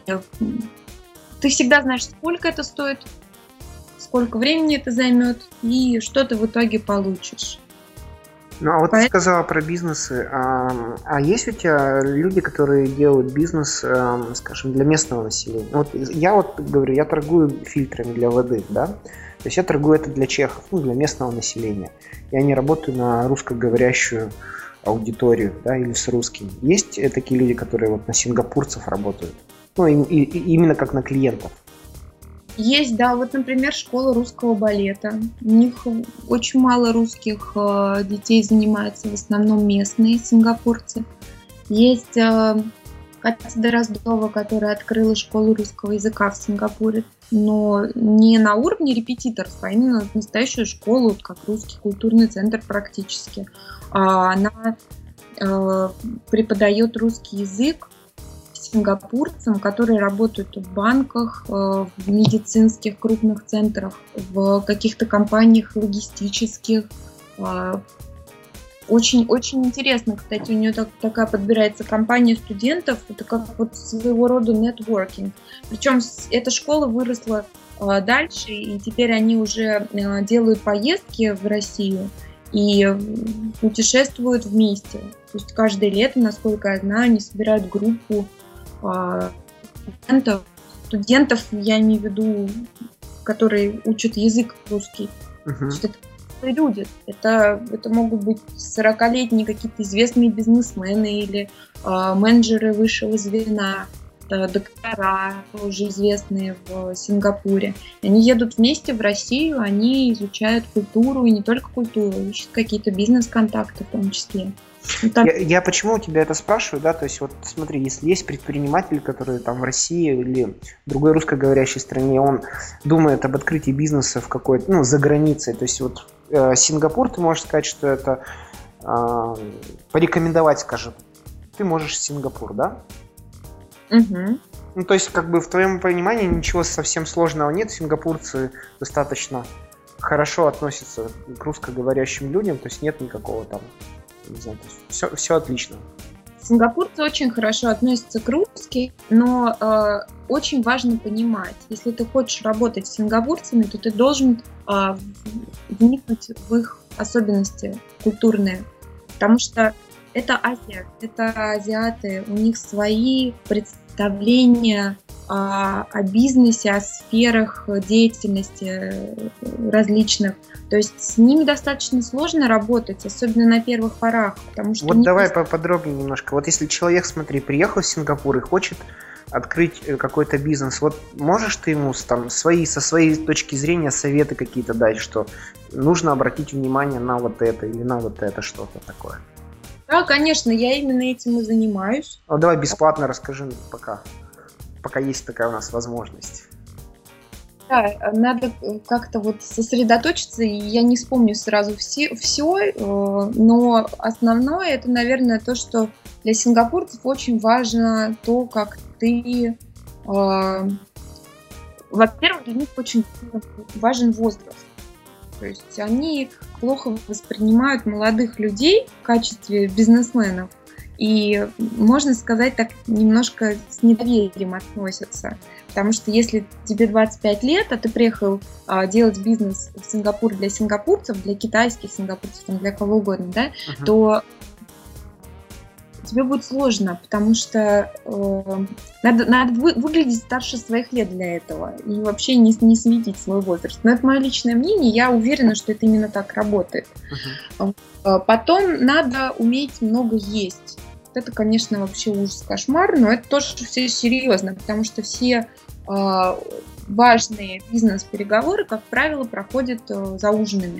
S3: ты всегда знаешь, сколько это стоит, сколько времени это займет и что ты в итоге получишь.
S2: Ну, а вот
S3: Поэтому...
S2: ты сказала про бизнесы. А, а есть у тебя люди, которые делают бизнес, а, скажем, для местного населения? Вот я вот говорю, я торгую фильтрами для воды, да? То есть я торгую это для чехов, ну, для местного населения. Я не работаю на русскоговорящую аудиторию, да, или с русским. Есть такие люди, которые вот на сингапурцев работают? Ну, и, и, и именно как на клиентов.
S3: Есть, да, вот, например, школа русского балета. У них очень мало русских э, детей занимается, в основном местные сингапурцы. Есть э, Катя Дроздова, которая открыла школу русского языка в Сингапуре, но не на уровне репетиторства, а именно настоящую школу, как русский культурный центр практически. А она э, преподает русский язык сингапурцам, которые работают в банках, в медицинских крупных центрах, в каких-то компаниях логистических. Очень, очень интересно, кстати, у нее так, такая подбирается компания студентов, это как вот своего рода нетворкинг. Причем эта школа выросла дальше, и теперь они уже делают поездки в Россию, и путешествуют вместе. То есть каждое лето, насколько я знаю, они собирают группу э, студентов, студентов, я имею в виду, которые учат язык русский. Uh-huh. Что это люди. Это, это могут быть сорокалетние какие-то известные бизнесмены или э, менеджеры высшего звена, э, доктора, тоже известные в Сингапуре. Они едут вместе в Россию, они изучают культуру, и не только культуру, ищут какие-то бизнес-контакты в том числе.
S2: Ну, так... я, я почему у тебя это спрашиваю, да, то есть вот смотри, если есть предприниматель, который там в России или в другой русскоговорящей стране, он думает об открытии бизнеса в какой-то, ну, за границей, то есть вот э, Сингапур, ты можешь сказать, что это э, порекомендовать, скажем, ты можешь Сингапур, да?
S3: Угу.
S2: Ну, то есть, как бы в твоем понимании ничего совсем сложного нет, сингапурцы достаточно хорошо относятся к русскоговорящим людям, то есть нет никакого там, не знаю, все, все отлично.
S3: Сингапурцы очень хорошо относятся к русским, но э, очень важно понимать, если ты хочешь работать с сингапурцами, то ты должен э, вникнуть в их особенности культурные, потому что это Азия, это азиаты, у них свои представления о, о бизнесе, о сферах деятельности различных. То есть с ними достаточно сложно работать, особенно на первых порах, потому что...
S2: Вот давай есть... поподробнее немножко. Вот если человек, смотри, приехал в Сингапур и хочет открыть какой-то бизнес, вот можешь ты ему там свои, со своей точки зрения советы какие-то дать, что нужно обратить внимание на вот это или на вот это что-то такое?
S3: Да, конечно, я именно этим и занимаюсь.
S2: Ну, давай бесплатно расскажи пока, пока есть такая у нас возможность.
S3: Да, надо как-то вот сосредоточиться, и я не вспомню сразу все, все, но основное это, наверное, то, что для сингапурцев очень важно то, как ты... Э, во-первых, для них очень важен возраст. То есть они плохо воспринимают молодых людей в качестве бизнесменов. И, можно сказать, так немножко с недоверием относятся. Потому что если тебе двадцать пять лет, а ты приехал а, делать бизнес в Сингапур для сингапурцев, для китайских сингапурцев, там, для кого угодно, да, uh-huh. то тебе будет сложно, потому что э, надо, надо вы, выглядеть старше своих лет для этого и вообще не, не светить свой возраст. Но это мое личное мнение, я уверена, что это именно так работает. Uh-huh. Потом надо уметь много есть. Это, конечно, вообще ужас, кошмар, но это тоже все серьезно, потому что все э, важные бизнес-переговоры, как правило, проходят э, за ужинами.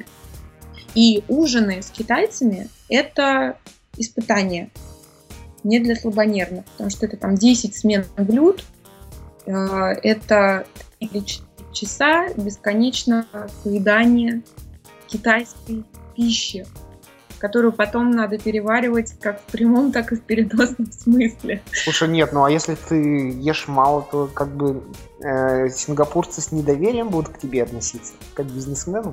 S3: И ужины с китайцами – это испытание, не для слабонервных, потому что это там десять смен блюд, э, это три часа бесконечного поедания китайской пищи, которую потом надо переваривать как в прямом, так и в переносном смысле.
S2: Слушай, нет, ну а если ты ешь мало, то как бы э, сингапурцы с недоверием будут к тебе относиться, как к бизнесмену?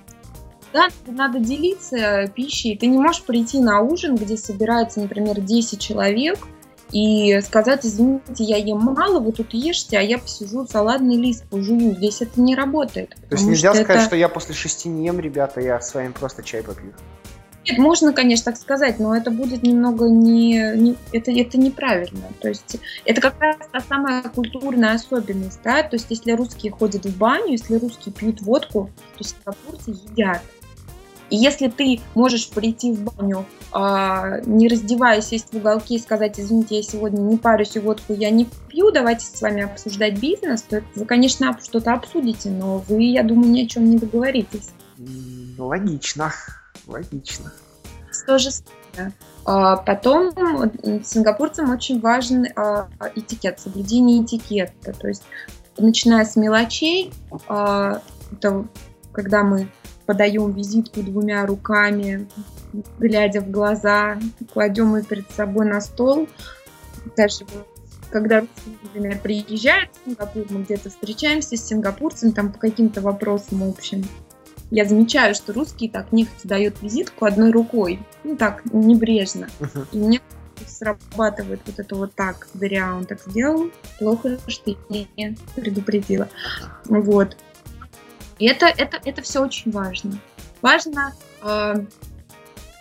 S3: Да, надо делиться пищей. Ты не можешь прийти на ужин, где собирается, например, десять человек, и сказать: извините, я ем мало, вы тут ешьте, а я посижу, салатный лист пожую. Здесь это не работает.
S2: То есть нельзя сказать, это... что я после шести не ем, ребята, я с вами просто чай попью?
S3: Нет, можно, конечно, так сказать, но это будет немного не, не это, это неправильно. То есть это как раз та самая культурная особенность, да. То есть если русские ходят в баню, если русские пьют водку, то сингапурцы едят. И если ты можешь прийти в баню, а, не раздеваясь, сесть в уголке и сказать: извините, я сегодня не парюсь и водку я не пью, давайте с вами обсуждать бизнес, то вы, конечно, что-то обсудите, но вы, я думаю, ни о чем не договоритесь.
S2: Логично. Логично.
S3: То же самое. А потом сингапурцам очень важен а, этикет, соблюдение этикета. То есть, начиная с мелочей, а, это когда мы подаем визитку двумя руками, глядя в глаза, кладем ее перед собой на стол. Даже когда русские, например, приезжают в Сингапур, мы где-то встречаемся с сингапурцами там по каким-то вопросам общим. Я замечаю, что русские так нехотя дают визитку одной рукой, ну так, небрежно. Uh-huh. И мне срабатывает вот это вот так, зря он так сделал, плохо, что я не предупредила. Вот. И это, это, это все очень важно. Важно э,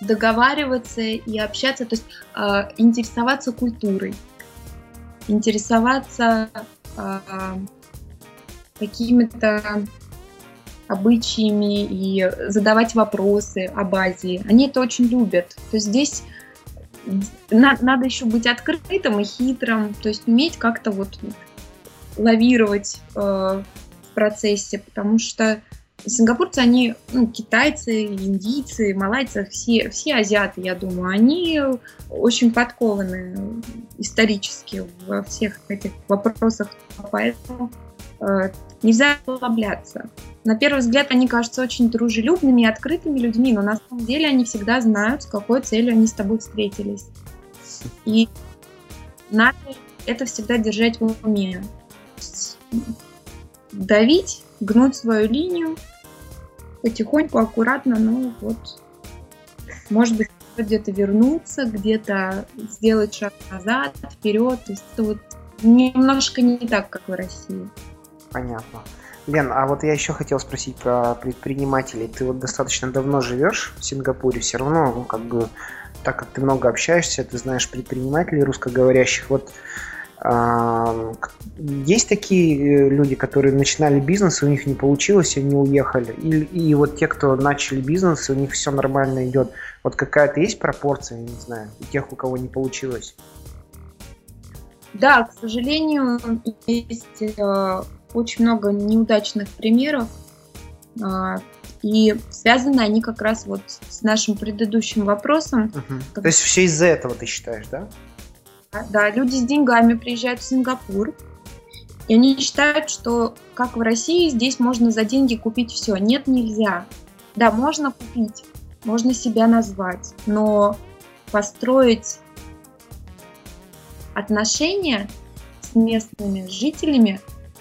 S3: договариваться и общаться, то есть э, интересоваться культурой, интересоваться э, какими-то обычаями и задавать вопросы об Азии. Они это очень любят. То есть здесь на, надо еще быть открытым и хитрым, то есть уметь как-то вот лавировать э, в процессе, потому что сингапурцы, они, ну, китайцы, индийцы, малайцы, все, все азиаты, я думаю, они очень подкованы исторически во всех этих вопросах, поэтому э, нельзя расслабляться. На первый взгляд они кажутся очень дружелюбными и открытыми людьми, но на самом деле они всегда знают, с какой целью они с тобой встретились. И надо это всегда держать в уме. Давить, гнуть свою линию, потихоньку, аккуратно, но вот, может быть, где-то вернуться, где-то сделать шаг назад, вперед. То есть это вот немножко не так, как в России.
S2: Понятно. Лен, а вот я еще хотел спросить про предпринимателей. Ты вот достаточно давно живешь в Сингапуре, все равно, ну, как бы, так как ты много общаешься, ты знаешь предпринимателей русскоговорящих. Вот э, есть такие люди, которые начинали бизнес, у них не получилось, и они уехали? И, и вот те, кто начали бизнес, у них все нормально идет. Вот какая-то есть пропорция, не знаю, у тех, у кого не получилось?
S3: Да, к сожалению, есть э, очень много неудачных примеров, э, и связаны они как раз вот с нашим предыдущим вопросом.
S2: Угу. Как... То есть все из-за этого ты считаешь, да?
S3: Да, люди с деньгами приезжают в Сингапур, и они считают, что, как в России, здесь можно за деньги купить все. Нет, нельзя. Да, можно купить, можно себя назвать, но построить отношения с местными жителями,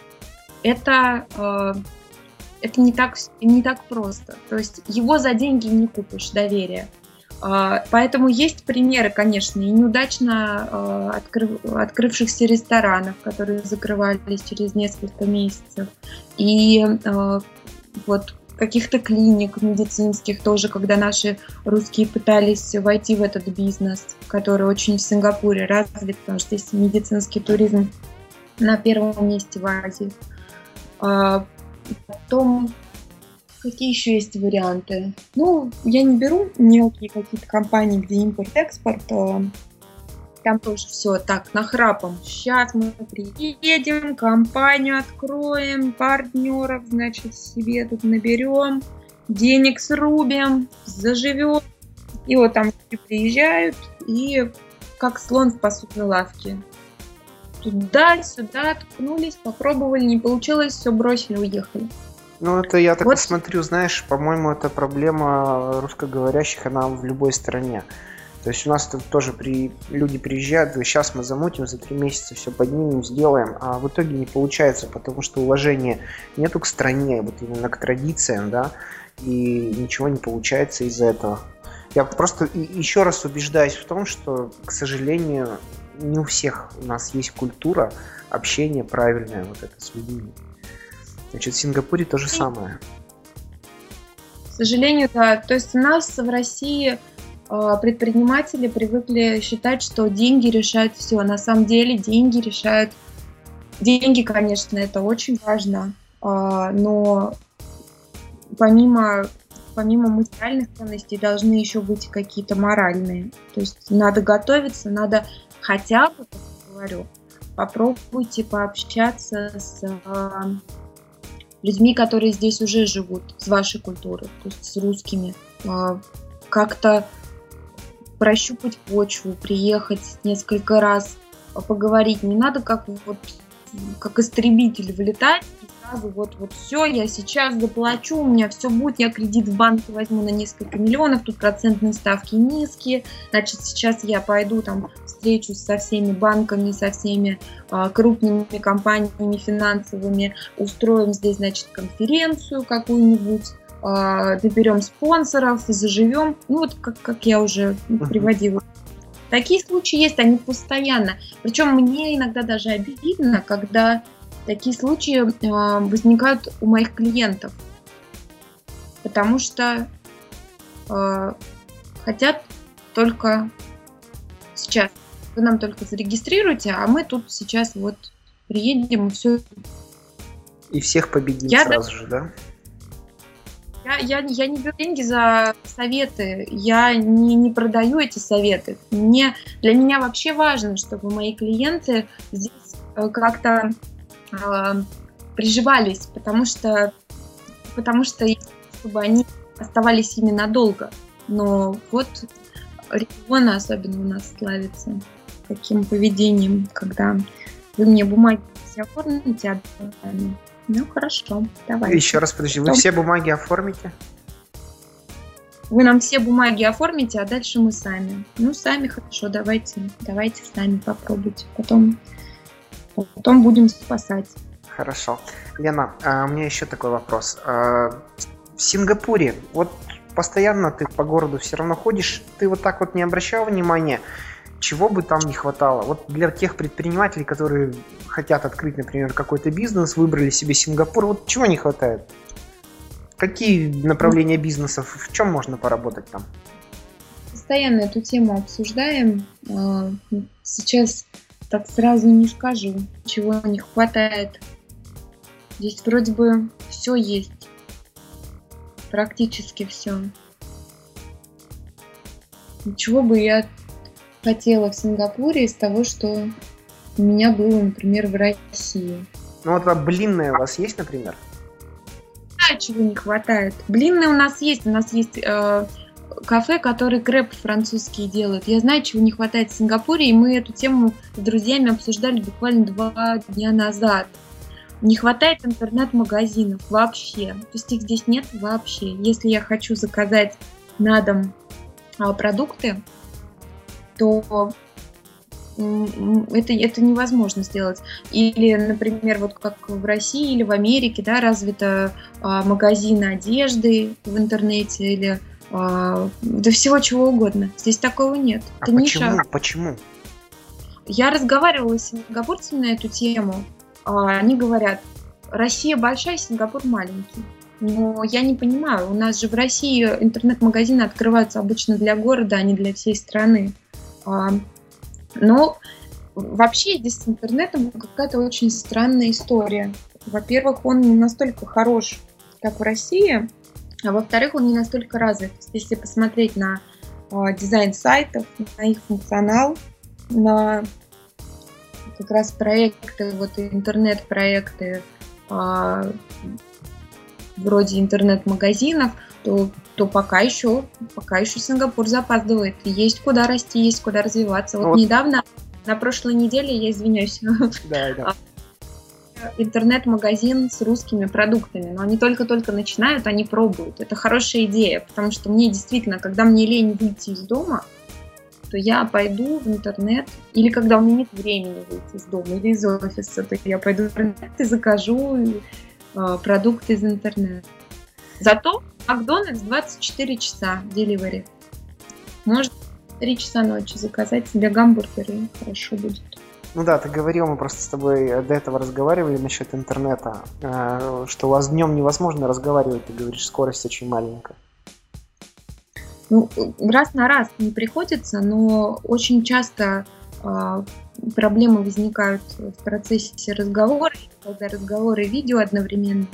S3: это, э, это не так, не так просто. То есть его за деньги не купишь, доверие. Э, поэтому есть примеры, конечно, и неудачно э, открыв, открывшихся ресторанов, которые закрывались через несколько месяцев. И э, вот каких-то клиник медицинских тоже, когда наши русские пытались войти в этот бизнес, который очень в Сингапуре развит, потому что здесь медицинский туризм на первом месте в Азии. А потом, какие еще есть варианты? Ну, я не беру мелкие какие-то компании, где импорт-экспорт, там тоже все так, нахрапом. Сейчас мы приедем, компанию откроем, партнеров, значит, себе тут наберем, денег срубим, заживем. И вот там приезжают, и как слон в посудной лавке. Туда-сюда ткнулись, попробовали, не получилось, все бросили, уехали.
S2: Ну, это я так
S3: вот.
S2: Смотрю, знаешь, по-моему, это проблема русскоговорящих, она в любой стране. То есть у нас тут тоже при... люди приезжают, сейчас мы замутим, за три месяца все поднимем, сделаем, а в итоге не получается, потому что уважения нету к стране, вот именно к традициям, да, и ничего не получается из-за этого. Я просто еще раз убеждаюсь в том, что, к сожалению, не у всех у нас есть культура общения правильная вот это с людьми. Значит, в Сингапуре то же самое.
S3: К сожалению, да. То есть у нас в России предприниматели привыкли считать, что деньги решают все. На самом деле деньги решают... Деньги, конечно, это очень важно, но помимо, помимо материальных ценностей должны еще быть какие-то моральные. То есть надо готовиться, надо хотя бы, как я говорю, попробуйте пообщаться с людьми, которые здесь уже живут, с вашей культурой, то есть с русскими. Как-то прощупать почву, приехать несколько раз, поговорить. Не надо как вот как истребитель влетать и сразу вот, вот все, я сейчас заплачу, у меня все будет, я кредит в банке возьму на несколько миллионов, тут процентные ставки низкие, значит, сейчас я пойду там встречусь со всеми банками, со всеми а, крупными компаниями финансовыми, устроим здесь, значит, конференцию какую-нибудь, доберем спонсоров, заживем. Ну вот как, как я уже приводила. Такие случаи есть, они постоянно. Причем мне иногда даже обидно, когда такие случаи э, возникают у моих клиентов. Потому что э, хотят только сейчас. Вы нам только зарегистрируйте, а мы тут сейчас вот приедем и все.
S2: И всех победим
S3: я
S2: сразу
S3: да,
S2: же, да?
S3: Я, я, я не беру деньги за советы, я не, не продаю эти советы. Мне, для меня вообще важно, чтобы мои клиенты здесь как-то э, приживались, потому что, потому что чтобы они оставались ими надолго. Но вот регион особенно у нас славится таким поведением, когда вы мне бумаги все оформите, а ну хорошо, давай.
S2: Еще раз, подожди, вы все бумаги оформите?
S3: Вы нам все бумаги оформите, а дальше мы сами. Ну, сами хорошо, давайте, давайте сами попробуйте. Потом, потом будем спасать.
S2: Хорошо. Лена, а у меня еще такой вопрос. А, в Сингапуре, вот постоянно ты по городу все равно ходишь, ты вот так вот не обращал внимания, чего бы там не хватало? Вот для тех предпринимателей, которые хотят открыть, например, какой-то бизнес, выбрали себе Сингапур, вот чего не хватает? Какие направления бизнесов, в чем можно поработать там?
S3: Постоянно эту тему обсуждаем. Сейчас так сразу не скажу, чего не хватает. Здесь вроде бы все есть. Практически все. Чего бы я хотела в Сингапуре из того, что у меня было, например, в России.
S2: Ну вот а блинные у вас есть, например?
S3: Да, чего не хватает. Блинные у нас есть. У нас есть э, кафе, которые крэп французские делают. Я знаю, чего не хватает в Сингапуре, и мы эту тему с друзьями обсуждали буквально два дня назад. Не хватает интернет-магазинов вообще. То есть их здесь нет вообще. Если я хочу заказать на дом э, продукты, то это, это невозможно сделать. Или, например, вот как в России или в Америке, да, развиты а, магазины одежды в интернете или а, да всего чего угодно. Здесь такого нет.
S2: А
S3: это
S2: почему?
S3: Ниша.
S2: Почему?
S3: Я разговаривала с сингапурцами на эту тему. А, они говорят, Россия большая, Сингапур маленький. Но я не понимаю, у нас же в России интернет-магазины открываются обычно для города, а не для всей страны. Но вообще здесь с интернетом какая-то очень странная история. Во-первых, он не настолько хорош, как в России, а во-вторых, он не настолько развит. Если посмотреть на дизайн сайтов, на их функционал, на как раз проекты, вот интернет-проекты вроде интернет-магазинов, то, то пока еще, пока еще Сингапур запаздывает. Есть куда расти, есть куда развиваться. Вот, вот. Недавно, на прошлой неделе, я извиняюсь,
S2: да, да.
S3: интернет-магазин с русскими продуктами. Но они только-только начинают, они пробуют. Это хорошая идея, потому что мне действительно, когда мне лень выйти из дома, то я пойду в интернет, или когда у меня нет времени выйти из дома, или из офиса, то я пойду в интернет и закажу продукты из интернета. Зато Макдональдс двадцать четыре часа деливери. Может, три часа ночи заказать себе гамбургеры, хорошо будет.
S2: Ну да, ты говорил, мы просто с тобой до этого разговаривали насчет интернета, что у вас днем невозможно разговаривать, ты говоришь, скорость очень маленькая.
S3: Ну, раз на раз не приходится, но очень часто э, проблемы возникают в процессе разговора, когда разговоры и видео одновременно.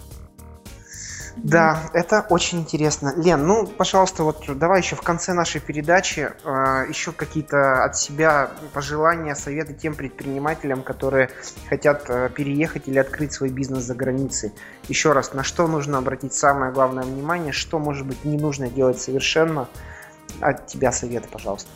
S2: Да, это очень интересно. Лен, ну, пожалуйста, вот давай еще в конце нашей передачи э, еще какие-то от себя пожелания, советы тем предпринимателям, которые хотят э, переехать или открыть свой бизнес за границей. Еще раз, на что нужно обратить самое главное внимание, что, может быть, не нужно делать совершенно. От тебя советы, пожалуйста.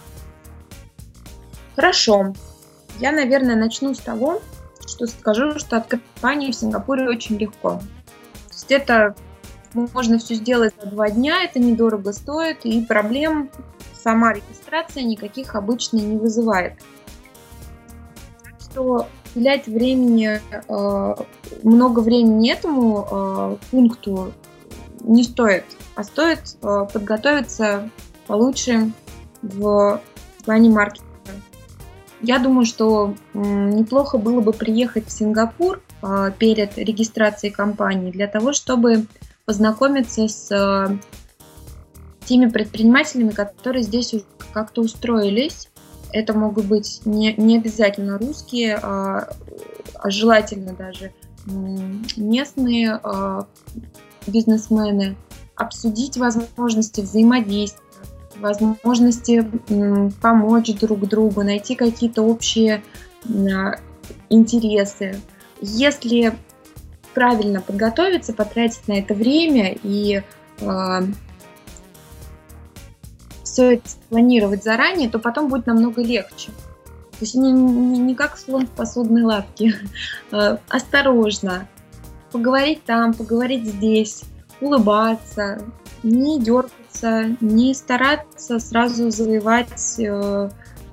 S3: Хорошо. Я, наверное, начну с того, что скажу, что открыть компанию в Сингапуре очень легко. То есть это можно все сделать за два дня, это недорого стоит, и проблем сама регистрация никаких обычно не вызывает. Так что уделять времени, э, много времени этому э, пункту не стоит, а стоит э, подготовиться получше в плане маркетинга. Я думаю, что м, неплохо было бы приехать в Сингапур э, перед регистрацией компании для того, чтобы познакомиться с теми предпринимателями, которые здесь уже как-то устроились. Это могут быть не, не обязательно русские, а, а желательно даже местные а, бизнесмены. Обсудить возможности взаимодействия, возможности м, помочь друг другу, найти какие-то общие м, интересы. Если правильно подготовиться, потратить на это время и э, все это спланировать заранее, то потом будет намного легче. То есть не, не, не как слон в посудной лавке. Э, осторожно. Поговорить там, поговорить здесь, улыбаться, не дергаться, не стараться сразу завоевать э,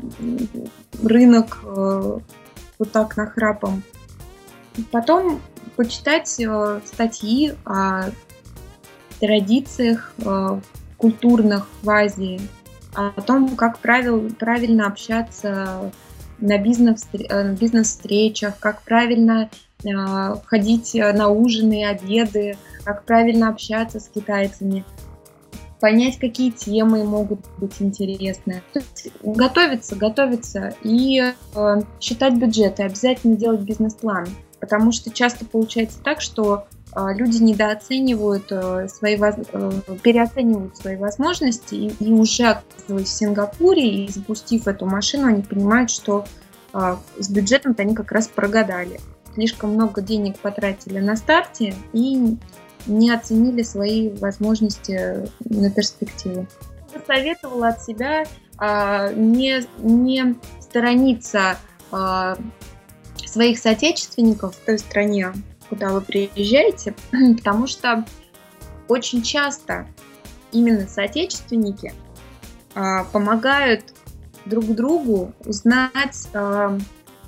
S3: рынок э, вот так нахрапом. Потом почитать э, статьи о традициях э, культурных в Азии, о том, как правил, правильно общаться на бизнес, э, бизнес-встречах, как правильно э, ходить на ужины, обеды, как правильно общаться с китайцами, понять, какие темы могут быть интересны. То есть готовиться, готовиться и э, считать бюджеты, обязательно делать бизнес-план. Потому что часто получается так, что э, люди недооценивают э, свои, воз... э, переоценивают свои возможности и, и уже оказываясь в Сингапуре и запустив эту машину, они понимают, что э, с бюджетом-то они как раз прогадали. Слишком много денег потратили на старте и не оценили свои возможности на перспективу. Посоветовала от себя э, не, не сторониться э, своих соотечественников в той стране, куда вы приезжаете, потому что очень часто именно соотечественники э, помогают друг другу узнать, э,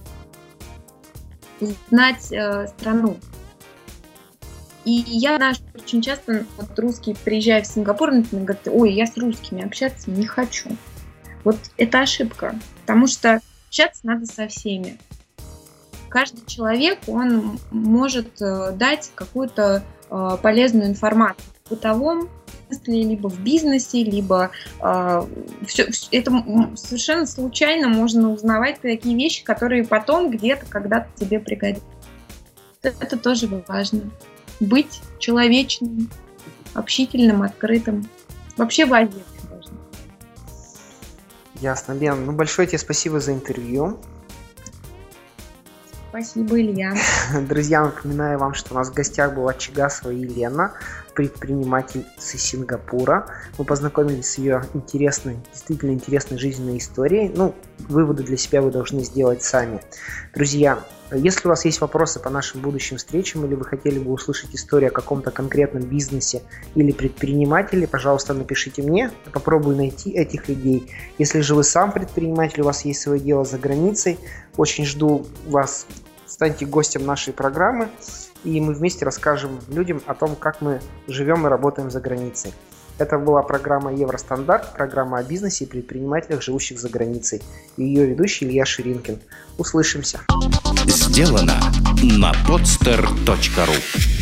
S3: узнать э, страну. И я знаю, что очень часто вот, русские, приезжая в Сингапур, например, говорят: ой, я с русскими общаться не хочу. Вот это ошибка, потому что общаться надо со всеми. Каждый человек, он может дать какую-то э, полезную информацию в бытовом смысле, либо в бизнесе, либо э, все, это совершенно случайно можно узнавать такие вещи, которые потом где-то когда-то тебе пригодятся. Это тоже важно. Быть человечным, общительным, открытым. Вообще в Азии это важно.
S2: Ясно, Лен. Ну, большое тебе спасибо за интервью.
S3: Спасибо, Илья.
S2: Друзья, напоминаю вам, что у нас в гостях была Чигасова Елена, предпринимательница Сингапура. Мы познакомились с ее интересной, действительно интересной жизненной историей. Ну, выводы для себя вы должны сделать сами. Друзья, если у вас есть вопросы по нашим будущим встречам или вы хотели бы услышать историю о каком-то конкретном бизнесе или предпринимателе, пожалуйста, напишите мне, я попробую найти этих людей. Если же вы сам предприниматель, у вас есть свое дело за границей, очень жду вас, станьте гостем нашей программы, и мы вместе расскажем людям о том, как мы живем и работаем за границей. Это была программа «Евростандарт», программа о бизнесе и предпринимателях, живущих за границей. И ее ведущий Илья Ширинкин. Услышимся.
S1: Сделано на podster точка ру.